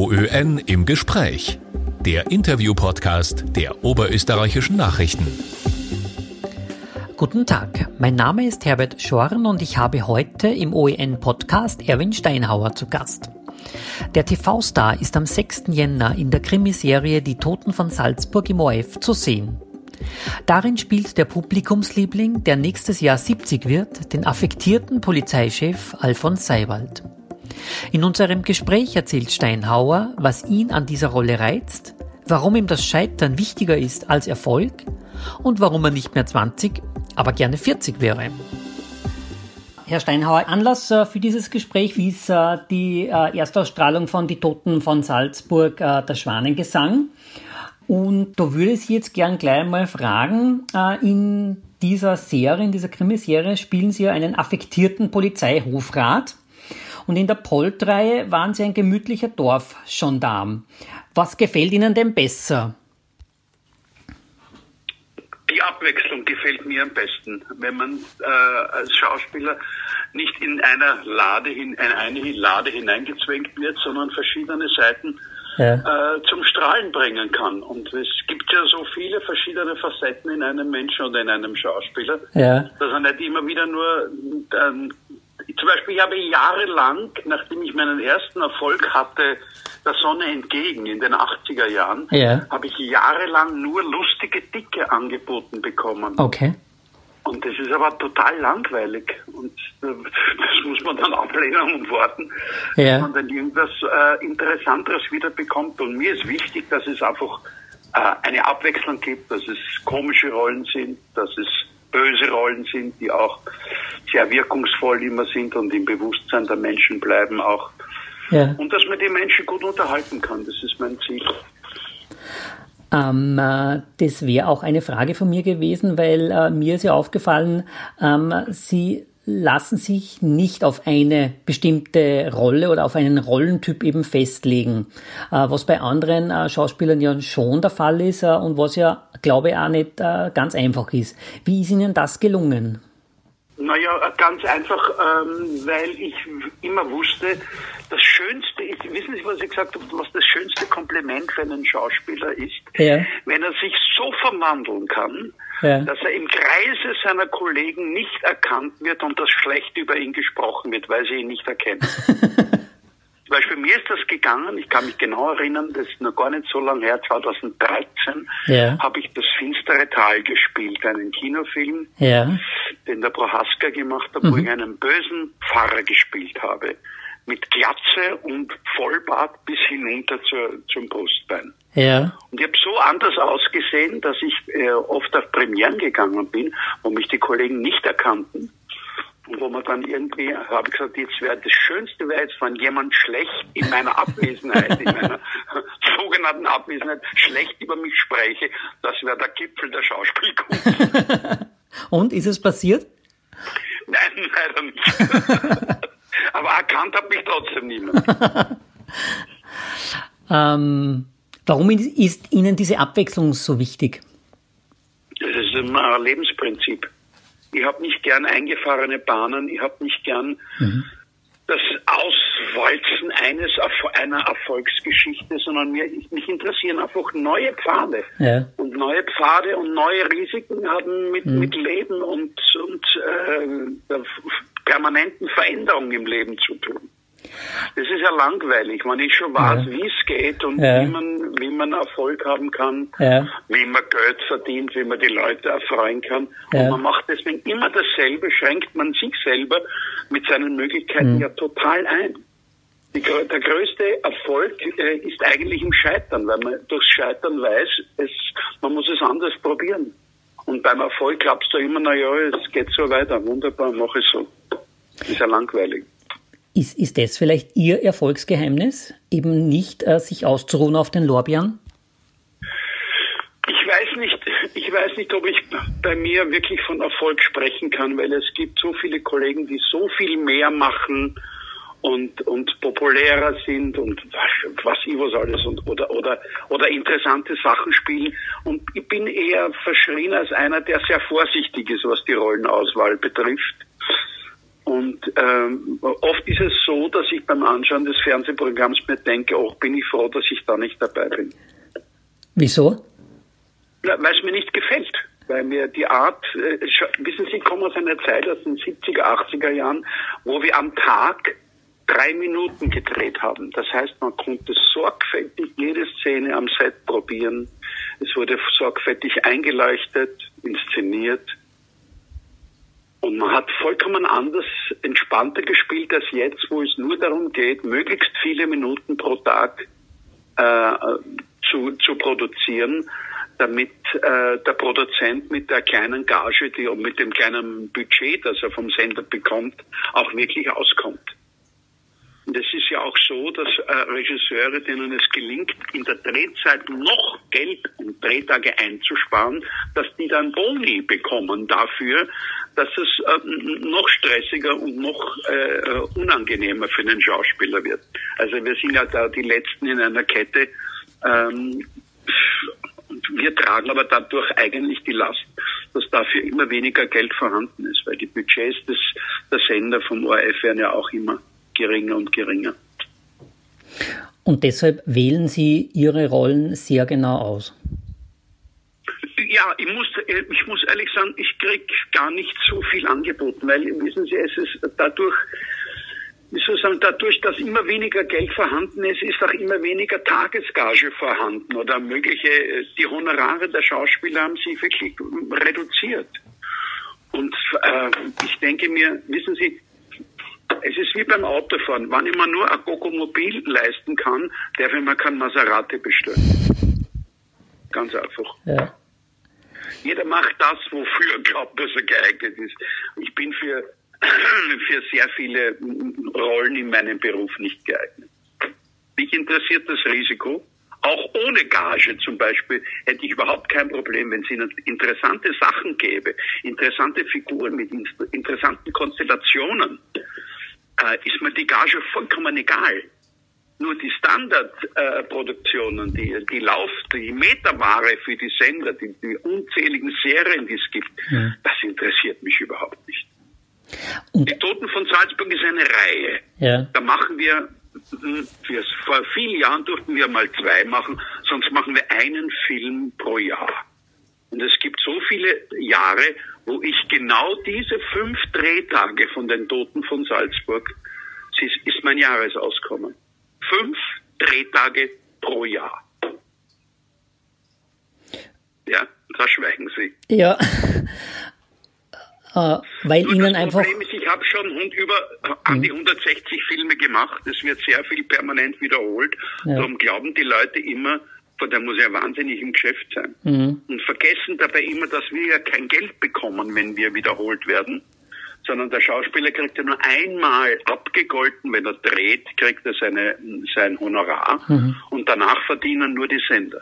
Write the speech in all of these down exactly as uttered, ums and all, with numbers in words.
O Ö N im Gespräch. Der Interview-Podcast der Oberösterreichischen Nachrichten. Guten Tag, mein Name ist Herbert Schorn und ich habe heute im O Ö N-Podcast Erwin Steinhauer zu Gast. Der T V-Star ist am sechsten Jänner in der Krimiserie Die Toten von Salzburg im O R F zu sehen. Darin spielt der Publikumsliebling, der nächstes Jahr siebzig wird, den affektierten Polizeichef Alfons Seiwald. In unserem Gespräch erzählt Steinhauer, was ihn an dieser Rolle reizt, warum ihm das Scheitern wichtiger ist als Erfolg und warum er nicht mehr zwanzig, aber gerne vierzig wäre. Herr Steinhauer, Anlass für dieses Gespräch ist die Erstausstrahlung von Die Toten von Salzburg, der Schwanengesang. Und da würde ich Sie jetzt gern gleich mal fragen, in dieser Serie, in dieser Krimiserie spielen Sie ja einen affektierten Polizeihofrat. Und in der Polt-Reihe waren Sie ein gemütlicher Dorfgendarm. Was gefällt Ihnen denn besser? Die Abwechslung gefällt mir am besten, wenn man äh, als Schauspieler nicht in einer Lade in eine Lade hineingezwängt wird, sondern verschiedene Seiten ja. äh, zum Strahlen bringen kann. Und es gibt ja so viele verschiedene Facetten in einem Menschen oder in einem Schauspieler, ja. dass er nicht immer wieder nur äh, zum Beispiel, ich habe jahrelang, nachdem ich meinen ersten Erfolg hatte, der Sonne entgegen in den achtziger Jahren, ja. habe ich jahrelang nur lustige Dicke angeboten bekommen. Okay. Und das ist aber total langweilig. Und das muss man dann ablehnen und warten, ja. dass man dann irgendwas äh, Interessanteres wieder bekommt. Und mir ist wichtig, dass es einfach äh, eine Abwechslung gibt, dass es komische Rollen sind, dass es böse Rollen sind, die auch sehr wirkungsvoll immer sind und im Bewusstsein der Menschen bleiben auch. Ja. Und dass man die Menschen gut unterhalten kann, das ist mein Ziel. Ähm, äh, das wäre auch eine Frage von mir gewesen, weil äh, mir ist ja aufgefallen, ähm, Sie lassen sich nicht auf eine bestimmte Rolle oder auf einen Rollentyp eben festlegen, äh, was bei anderen äh, Schauspielern ja schon der Fall ist äh, und was ja, glaube ich, auch nicht äh, ganz einfach ist. Wie ist Ihnen das gelungen? Naja, ganz einfach, ähm, weil ich immer wusste, das Schönste ist, wissen Sie, was ich gesagt habe, was das schönste Kompliment für einen Schauspieler ist? Ja. Wenn er sich so verwandeln kann, ja. dass er im Kreise seiner Kollegen nicht erkannt wird und das schlecht über ihn gesprochen wird, weil sie ihn nicht erkennen. Zum Beispiel mir ist das gegangen, ich kann mich genau erinnern, das ist noch gar nicht so lange her, zweitausenddreizehn, ja. habe ich Das finstere Tal gespielt, einen Kinofilm, ja. den der Prohaska gemacht hat, mhm. wo ich einen bösen Pfarrer gespielt habe, mit Glatze und Vollbart bis hinunter zur, zum Brustbein. Ja. Und ich habe so anders ausgesehen, dass ich äh, oft auf Premieren gegangen bin, wo mich die Kollegen nicht erkannten. Und wo man dann irgendwie, habe ich gesagt, jetzt wäre das Schönste wäre jetzt, wenn jemand schlecht in meiner Abwesenheit, in meiner sogenannten Abwesenheit, schlecht über mich spreche. Das wäre der Gipfel der Schauspielkunst. Und, ist es passiert? Nein, leider nicht. Aber erkannt hat mich trotzdem niemand. ähm, warum ist Ihnen diese Abwechslung so wichtig? Das ist ein Lebensprinzip. Ich habe nicht gern eingefahrene Bahnen, ich habe nicht gern mhm. das Auswalzen eines einer Erfolgsgeschichte, sondern mir, mich interessieren einfach neue Pfade. Ja. Und neue Pfade und neue Risiken haben mit, mhm. mit Leben und, und äh, der permanenten Veränderung im Leben zu tun. Das ist ja langweilig, wenn ich schon weiß, ja. wie es geht und ja. wie man wie man Erfolg haben kann, ja. wie man Geld verdient, wie man die Leute erfreuen kann. Ja. Und man macht deswegen immer dasselbe, schränkt man sich selber mit seinen Möglichkeiten mhm. ja total ein. Die, der größte Erfolg äh, ist eigentlich im Scheitern, weil man durchs Scheitern weiß, es, man muss es anders probieren. Und beim Erfolg glaubst du immer, na ja, es geht so weiter, wunderbar, mach es so. Das ist ja langweilig. Ist, ist das vielleicht Ihr Erfolgsgeheimnis, eben nicht äh, sich auszuruhen auf den Lorbeeren? Ich weiß nicht, ich weiß nicht, ob ich bei mir wirklich von Erfolg sprechen kann, weil es gibt so viele Kollegen, die so viel mehr machen und und populärer sind und was, was ich was alles und oder oder oder interessante Sachen spielen. Und ich bin eher verschrien als einer, der sehr vorsichtig ist, was die Rollenauswahl betrifft. Und ähm, oft ist es so, dass ich beim Anschauen des Fernsehprogramms mir denke, oh, bin ich froh, dass ich da nicht dabei bin. Wieso? Ja, weil es mir nicht gefällt. Weil mir die Art, äh, wissen Sie, ich komme aus einer Zeit, aus den siebziger, achtziger Jahren, wo wir am Tag drei Minuten gedreht haben. Das heißt, man konnte sorgfältig jede Szene am Set probieren. Es wurde sorgfältig eingeleuchtet, inszeniert. Und man hat vollkommen anders, entspannter gespielt als jetzt, wo es nur darum geht, möglichst viele Minuten pro Tag äh, zu, zu produzieren, damit äh, der Produzent mit der kleinen Gage die, und mit dem kleinen Budget, das er vom Sender bekommt, auch wirklich auskommt. Und es ist ja auch so, dass äh, Regisseure, denen es gelingt, in der Drehzeit noch Geld und Drehtage einzusparen, dass die dann Boni bekommen dafür, dass es äh, noch stressiger und noch äh, unangenehmer für den Schauspieler wird. Also wir sind ja da die Letzten in einer Kette. Ähm, und wir tragen aber dadurch eigentlich die Last, dass dafür immer weniger Geld vorhanden ist, weil die Budgets des, der Sender vom O R F werden ja auch immer geringer und geringer. Und deshalb wählen Sie Ihre Rollen sehr genau aus? Ja, ich muss, ich muss ehrlich sagen, ich kriege gar nicht so viel angeboten, weil, wissen Sie, es ist dadurch, wie soll ich sagen, dadurch, dass immer weniger Geld vorhanden ist, ist auch immer weniger Tagesgage vorhanden oder mögliche, die Honorare der Schauspieler haben sich wirklich reduziert. Und äh, ich denke mir, wissen Sie, es ist wie beim Autofahren. Wenn ich mir nur ein Gogomobil leisten kann, darf ich mir kein Maserati bestellen. Ganz einfach. Ja. Jeder macht das, wofür er glaubt, dass er geeignet ist. Ich bin für, für sehr viele Rollen in meinem Beruf nicht geeignet. Mich interessiert das Risiko. Auch ohne Gage zum Beispiel hätte ich überhaupt kein Problem, wenn es Ihnen interessante Sachen gäbe, interessante Figuren mit interessanten Konstellationen. Äh, ist mir die Gage vollkommen egal. Nur die Standardproduktionen, äh, die, die Lauf, die Metaware für die Sender, die, die unzähligen Serien, die es gibt, ja. Das interessiert mich überhaupt nicht. Und die Toten von Salzburg ist eine Reihe. Ja. Da machen wir, für, vor vielen Jahren durften wir mal zwei machen, sonst machen wir einen Film pro Jahr. Und es gibt so viele Jahre, wo ich genau diese fünf Drehtage von den Toten von Salzburg, das ist, ist mein Jahresauskommen. Fünf Drehtage pro Jahr. Ja, da schweigen Sie. Ja, äh, weil Nur Ihnen das einfach... Problem ist, ich habe schon über an die hundertsechzig Filme gemacht. Es wird sehr viel permanent wiederholt. Ja. Darum glauben die Leute immer, von der muss ja wahnsinnig im Geschäft sein. Mhm. Und vergessen dabei immer, dass wir ja kein Geld bekommen, wenn wir wiederholt werden. Sondern der Schauspieler kriegt ja nur einmal abgegolten, wenn er dreht, kriegt er seine, sein Honorar. Mhm. Und danach verdienen nur die Sender.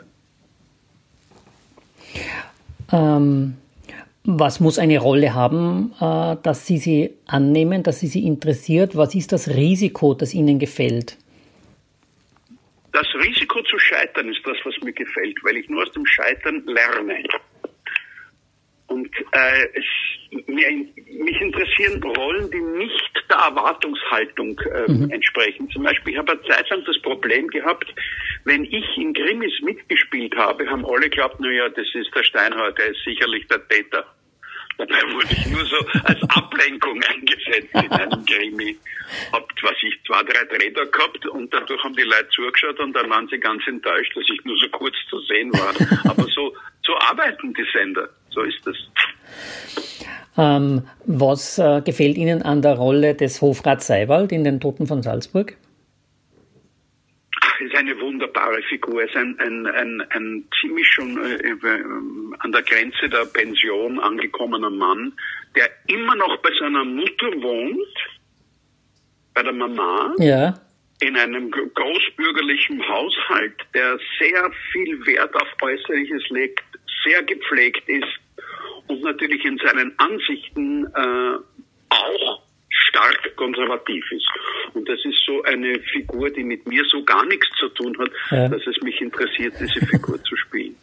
Ähm, was muss eine Rolle haben, äh, dass Sie sie annehmen, dass sie Sie interessiert? Was ist das Risiko, das Ihnen gefällt? Das Risiko zu scheitern ist das, was mir gefällt, weil ich nur aus dem Scheitern lerne. Und äh, es, mir, mich interessieren Rollen, die nicht der Erwartungshaltung äh, mhm. entsprechen. Zum Beispiel, ich habe eine Zeit lang das Problem gehabt, wenn ich in Krimis mitgespielt habe, haben alle geglaubt, naja, das ist der Steinhauer, der ist sicherlich der Täter. Dabei wurde ich nur so als Ablenkung eingesetzt in einem Krimi. Hab, was ich, zwei, drei Drehtage gehabt und dadurch haben die Leute zugeschaut und dann waren sie ganz enttäuscht, dass ich nur so kurz zu sehen war. Aber so, so arbeiten die Sender. So ist es. Ähm, was äh, gefällt Ihnen an der Rolle des Hofrats Seiwald in den Toten von Salzburg? Ach, ist eine wunderbare Figur. Er ist ein, ein, ein, ein ziemlich schon äh, äh, an der Grenze der Pension angekommener Mann, der immer noch bei seiner Mutter wohnt, bei der Mama. Ja. In einem großbürgerlichen Haushalt, der sehr viel Wert auf Äußerliches legt, sehr gepflegt ist und natürlich in seinen Ansichten äh, auch stark konservativ ist. Und das ist so eine Figur, die mit mir so gar nichts zu tun hat, ja. dass es mich interessiert, diese Figur zu spielen.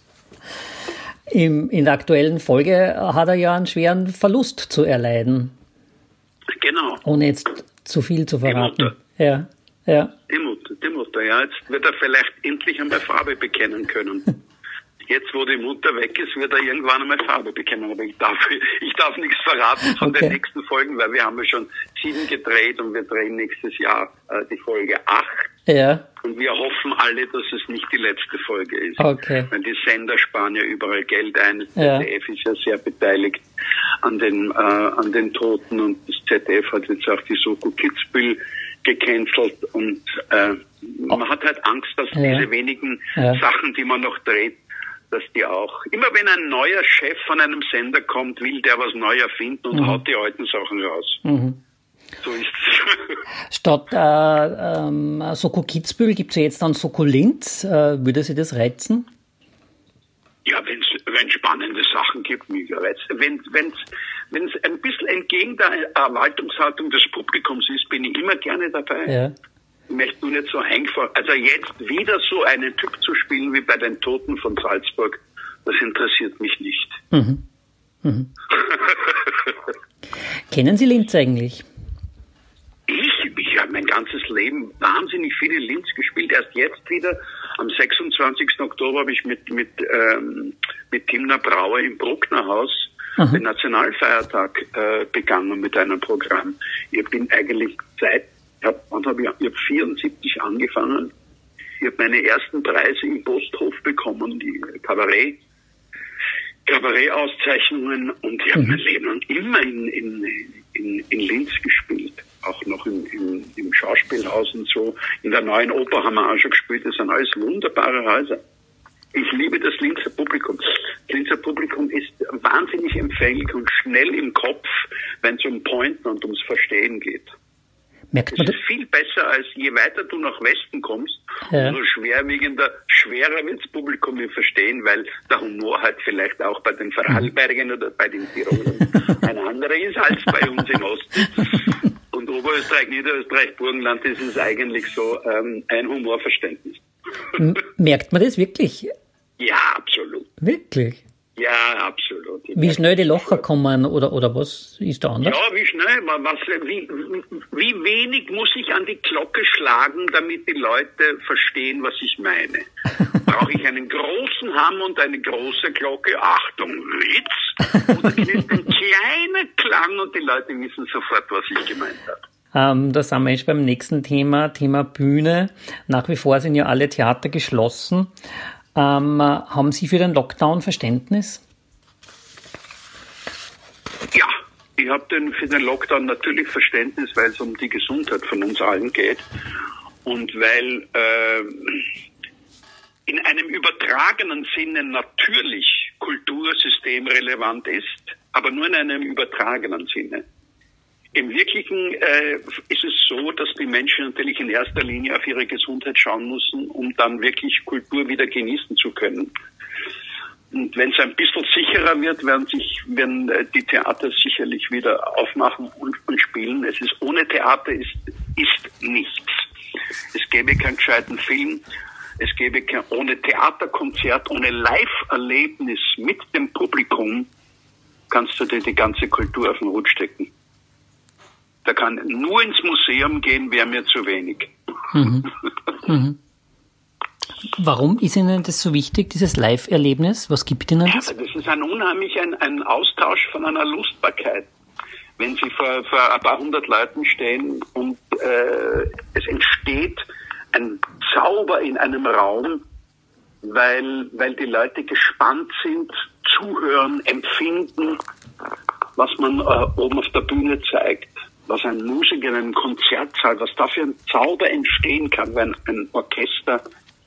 Im, in der aktuellen Folge hat er ja einen schweren Verlust zu erleiden. Genau. Ohne jetzt zu viel zu verraten. Die Mutter. Ja, ja. Die Mutter, die Mutter, ja. Jetzt wird er vielleicht endlich einmal Farbe bekennen können. Jetzt, wo die Mutter weg ist, wird er irgendwann einmal Farbe bekennen. Aber ich darf, ich darf nichts verraten von okay. den nächsten Folgen, weil wir haben ja schon sieben gedreht und wir drehen nächstes Jahr äh, die Folge acht. Ja. Und wir hoffen alle, dass es nicht die letzte Folge ist. Okay. Weil die Sender sparen ja überall Geld ein. Das ja. Z D F ist ja sehr beteiligt an den, äh, an den Toten und das Z D F hat jetzt auch die Soko Kitzbühel gecancelt und äh, man hat halt Angst, dass ja. diese wenigen ja. Sachen, die man noch dreht, dass die auch, immer wenn ein neuer Chef von einem Sender kommt, will der was neu erfinden und mhm. haut die alten Sachen raus. Mhm. So ist es. Statt äh, ähm, Soko Kitzbühel gibt es ja jetzt dann Soko Linz. Äh, würde Sie das reizen? Ja, wenn es spannende Sachen gibt, mich reizt. Wenn es ein bisschen entgegen der Erwartungshaltung des Publikums ist, bin ich immer gerne dabei. Ja. Ich möchte nur nicht so eingefallen. Also jetzt wieder so einen Typ zu spielen wie bei den Toten von Salzburg, das interessiert mich nicht. Mhm. Mhm. Kennen Sie Linz eigentlich? Ich, ich habe mein ganzes Leben wahnsinnig viel in Linz gespielt. Erst jetzt wieder, am sechsundzwanzigsten Oktober habe ich mit, mit, ähm, mit Timna Brauer im Brucknerhaus mhm. den Nationalfeiertag äh, begangen mit einem Programm. Ich bin eigentlich seit Ich habe hab ich, ich hab vierundsiebzig angefangen. Ich habe meine ersten Preise im Posthof bekommen, die Kabarett, Kabarett-Auszeichnungen und ich habe mhm. mein Leben lang immer in, in, in, in Linz gespielt. Auch noch in, in, im Schauspielhaus und so. In der Neuen Oper haben wir auch schon gespielt. Das sind alles wunderbare Häuser. Ich liebe das Linzer Publikum. Das Linzer Publikum ist wahnsinnig empfänglich und schnell im Kopf, wenn es um Pointen und ums Verstehen geht. Merkt man das ist viel besser, als je weiter du nach Westen kommst, ja. umso schwerwiegender, schwerer wird das Publikum im Verstehen, weil der Humor halt vielleicht auch bei den Vorarlbergern oder bei den Tirolern ein anderer ist als bei uns im Osten. Und Oberösterreich, Niederösterreich, Burgenland, das ist eigentlich so ähm, ein Humorverständnis. Merkt man das wirklich? Ja, absolut. Wirklich? Ja, absolut. Ich wie schnell die Locher kommen oder, oder was ist da anders? Ja, wie schnell, was, wie, wie wenig muss ich an die Glocke schlagen, damit die Leute verstehen, was ich meine? Brauche ich einen großen Hammer und eine große Glocke? Achtung, Witz! Oder klingt ein kleiner Klang und die Leute wissen sofort, was ich gemeint habe. Ähm, da sind wir jetzt beim nächsten Thema, Thema Bühne. Nach wie vor sind ja alle Theater geschlossen. Ähm, haben Sie für den Lockdown Verständnis? Ja, ich habe für den Lockdown natürlich Verständnis, weil es um die Gesundheit von uns allen geht und weil äh, in einem übertragenen Sinne natürlich Kultur systemrelevant ist, aber nur in einem übertragenen Sinne. Im Wirklichen äh, ist es so, dass die Menschen natürlich in erster Linie auf ihre Gesundheit schauen müssen, um dann wirklich Kultur wieder genießen zu können. Und wenn es ein bisschen sicherer wird, werden sich, werden äh, die Theater sicherlich wieder aufmachen und, und spielen. Es ist ohne Theater ist, ist nichts. Es gäbe keinen gescheiten Film. Es gäbe kein, ohne Theaterkonzert, ohne Live-Erlebnis mit dem Publikum kannst du dir die ganze Kultur auf den Hut stecken. Da kann nur ins Museum gehen, wäre mir zu wenig. Mhm. Mhm. Warum ist Ihnen das so wichtig, dieses Live-Erlebnis? Was gibt Ihnen das? Ja, das ist ein unheimlich ein, ein Austausch von einer Lustbarkeit. Wenn Sie vor, vor ein paar hundert Leuten stehen und äh, es entsteht ein Zauber in einem Raum, weil, weil die Leute gespannt sind, zuhören, empfinden, was man äh, oben auf der Bühne zeigt. Was ein Musiker in einem Konzertsaal, was da für ein Zauber entstehen kann, wenn ein Orchester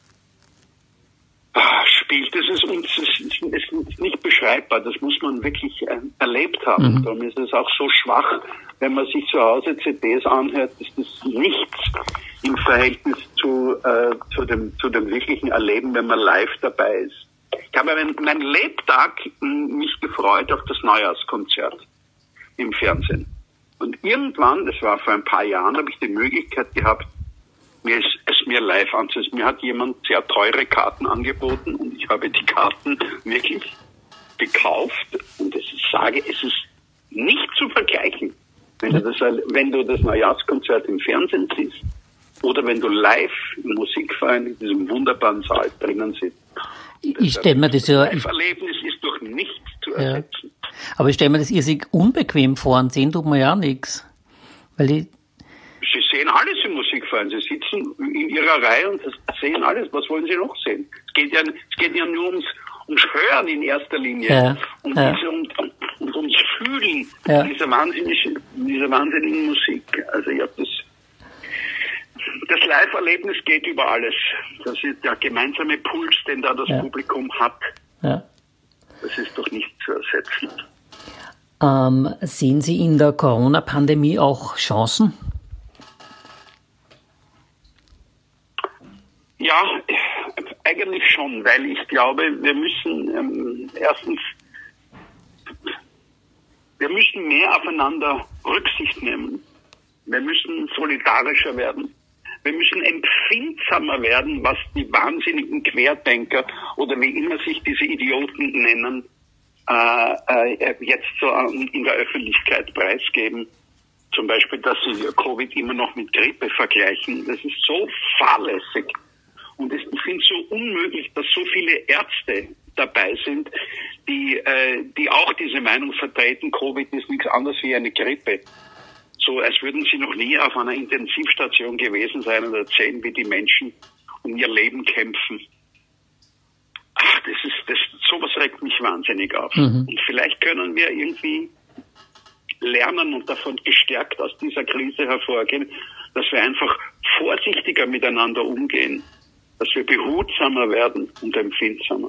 ah, spielt. Das ist uns das ist nicht beschreibbar. Das muss man wirklich äh, erlebt haben. Mhm. Darum ist es auch so schwach, wenn man sich zu Hause C Ds anhört, ist das nichts im Verhältnis zu, äh, zu, dem, zu dem wirklichen Erleben, wenn man live dabei ist. Ich habe mein Lebtag mich gefreut auf das Neujahrskonzert im Fernsehen. Und irgendwann, das war vor ein paar Jahren, habe ich die Möglichkeit gehabt, mir es, es mir live anzusehen. Mir hat jemand sehr teure Karten angeboten und ich habe die Karten wirklich gekauft und ich sage, es ist nicht zu vergleichen Wenn du das, wenn du das Neujahrskonzert im Fernsehen siehst oder wenn du live im Musikverein in diesem wunderbaren Saal drinnen sitzt. Ich stelle mir das ja... Das Erlebnis ist durch nichts zu ersetzen. Ja. Aber ich stelle mir das irrsinnig unbequem vor und sehen tut man ja nichts. Weil ich Sie sehen alles im Musikverein. Sie sitzen in ihrer Reihe und sehen alles. Was wollen Sie noch sehen? Es geht ja, es geht ja nur ums, ums Hören in erster Linie. Ja. Und, Ja. diese, und, und ums Fühlen Ja. dieser, wahnsinnigen, dieser wahnsinnigen Musik. Also ich habe das... Das Live-Erlebnis geht über alles. Das ist der gemeinsame Puls, den da das Ja. Publikum hat. ja. Das ist doch nicht zu ersetzen. Ähm, sehen Sie in der Corona-Pandemie auch Chancen? Ja, eigentlich schon, weil ich glaube, wir müssen ähm, erstens, wir müssen mehr aufeinander Rücksicht nehmen. Wir müssen solidarischer werden. Wir müssen empfindsamer werden, was die wahnsinnigen Querdenker oder wie immer sich diese Idioten nennen, äh, äh, jetzt so in der Öffentlichkeit preisgeben. Zum Beispiel, dass sie Covid immer noch mit Grippe vergleichen. Das ist so fahrlässig. Und es, ich finde es so unmöglich, dass so viele Ärzte dabei sind, die, äh, die auch diese Meinung vertreten, Covid ist nichts anderes wie eine Grippe. So, als würden sie noch nie auf einer Intensivstation gewesen sein und erzählen, wie die Menschen um ihr Leben kämpfen. Ach, das ist, das, sowas regt mich wahnsinnig auf. Mhm. Und vielleicht können wir irgendwie lernen und davon gestärkt aus dieser Krise hervorgehen, dass wir einfach vorsichtiger miteinander umgehen, dass wir behutsamer werden und empfindsamer.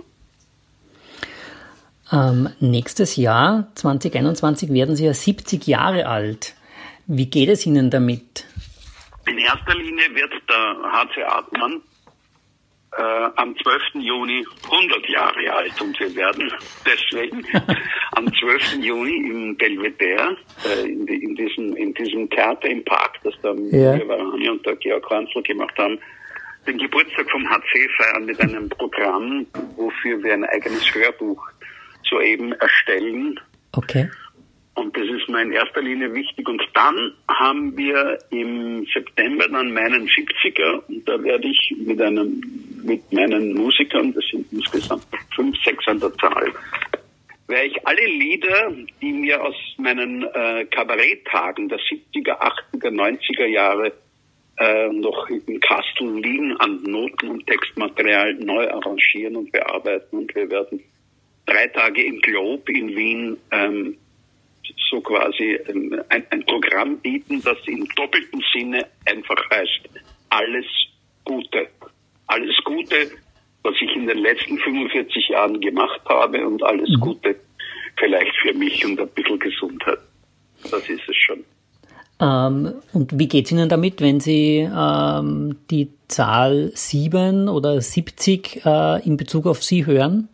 Ähm, nächstes Jahr, zwanzig einundzwanzig, werden Sie ja siebzig Jahre alt. Wie geht es Ihnen damit? In erster Linie wird der H C Artmann äh, am zwölften Juni hundert Jahre alt und wir werden deswegen am zwölften Juni im Belvedere, äh, in, die, in, diesem, in diesem Theater im Park, das da ja. Varani und der Georg Ranzl gemacht haben, den Geburtstag vom H C feiern mit einem Programm, wofür wir ein eigenes Hörbuch soeben erstellen. Okay. Und das ist mir in erster Linie wichtig. Und dann haben wir im September dann meinen siebziger und da werde ich mit einem, mit meinen Musikern, das sind insgesamt fünf, sechs an der Zahl, werde ich alle Lieder, die mir aus meinen äh, Kabaretttagen der siebziger, achtziger, neunziger Jahre äh, noch im Kastel liegen, an Noten und Textmaterial neu arrangieren und bearbeiten. Und wir werden drei Tage im Globe in Wien ähm, so quasi ein, ein Programm bieten, das im doppelten Sinne einfach heißt, alles Gute. Alles Gute, was ich in den letzten fünfundvierzig Jahren gemacht habe und alles mhm. Gute vielleicht für mich und ein bisschen Gesundheit. Das ist es schon. Ähm, und wie geht es Ihnen damit, wenn Sie ähm, die Zahl sieben oder siebzig äh, in Bezug auf Sie hören?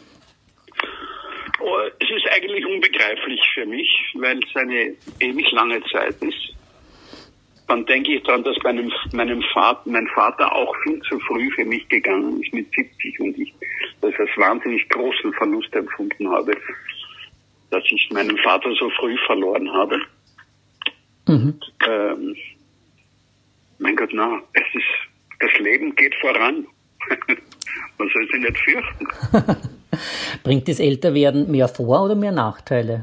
Es ist eigentlich unbegreiflich für mich, weil es eine ewig lange Zeit ist. Dann denke ich daran, dass meinem, meinem Vater, mein Vater auch viel zu früh für mich gegangen ist mit siebzig und ich das als wahnsinnig großen Verlust empfunden habe, dass ich meinen Vater so früh verloren habe. Mhm. Ähm, mein Gott, na, es ist, das Leben geht voran. Man soll sich nicht fürchten. Bringt das Älterwerden mehr Vor- oder mehr Nachteile?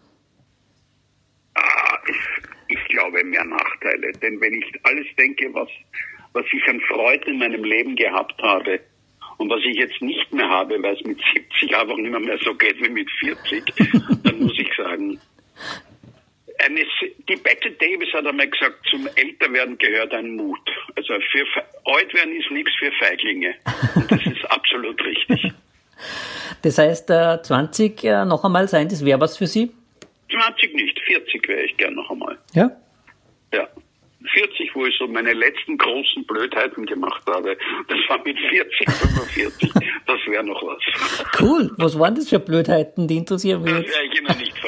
Ah, ich, ich glaube mehr Nachteile. Denn wenn ich alles denke, was, was ich an Freude in meinem Leben gehabt habe und was ich jetzt nicht mehr habe, weil es mit siebzig einfach nicht mehr, mehr so geht wie mit vierzig, dann muss ich sagen, eine, die Bette Davis hat einmal gesagt, zum Älterwerden gehört ein Mut. Also für alt werden ist nichts für Feiglinge. Und das ist absolut richtig. Das heißt, äh, zwanzig äh, noch einmal sein, das wäre was für Sie? zwanzig nicht, vierzig wäre ich gern noch einmal. Ja? Ja. vierzig, wo ich so meine letzten großen Blödheiten gemacht habe. Das war mit vierzig, fünfundvierzig. Das wäre noch was. Cool. Was waren das für Blödheiten, die interessieren mich? Das werde ich Ihnen nicht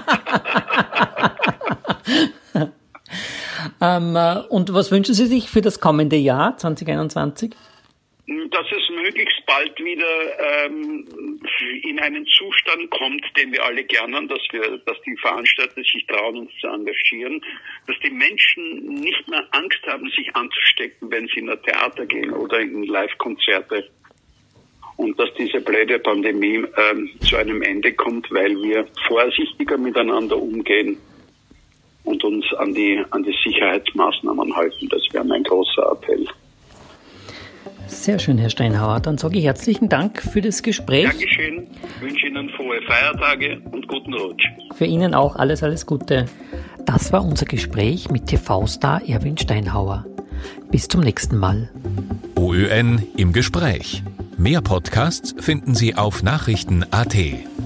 verraten. ähm, äh, und was wünschen Sie sich für das kommende Jahr, zwanzig einundzwanzig? dass es möglichst bald wieder ähm, in einen Zustand kommt, den wir alle gerne haben, dass wir, dass die Veranstalter sich trauen, uns zu engagieren, dass die Menschen nicht mehr Angst haben, sich anzustecken, wenn sie in ein Theater gehen oder in Live-Konzerte. Und dass diese blöde Pandemie ähm, zu einem Ende kommt, weil wir vorsichtiger miteinander umgehen und uns an die, an die Sicherheitsmaßnahmen halten. Das wäre mein großer Appell. Sehr schön, Herr Steinhauer. Dann sage ich herzlichen Dank für das Gespräch. Dankeschön. Ich wünsche Ihnen frohe Feiertage und guten Rutsch. Für Ihnen auch alles, alles Gute. Das war unser Gespräch mit T V-Star Erwin Steinhauer. Bis zum nächsten Mal. O Ö N im Gespräch. Mehr Podcasts finden Sie auf Nachrichten punkt A T.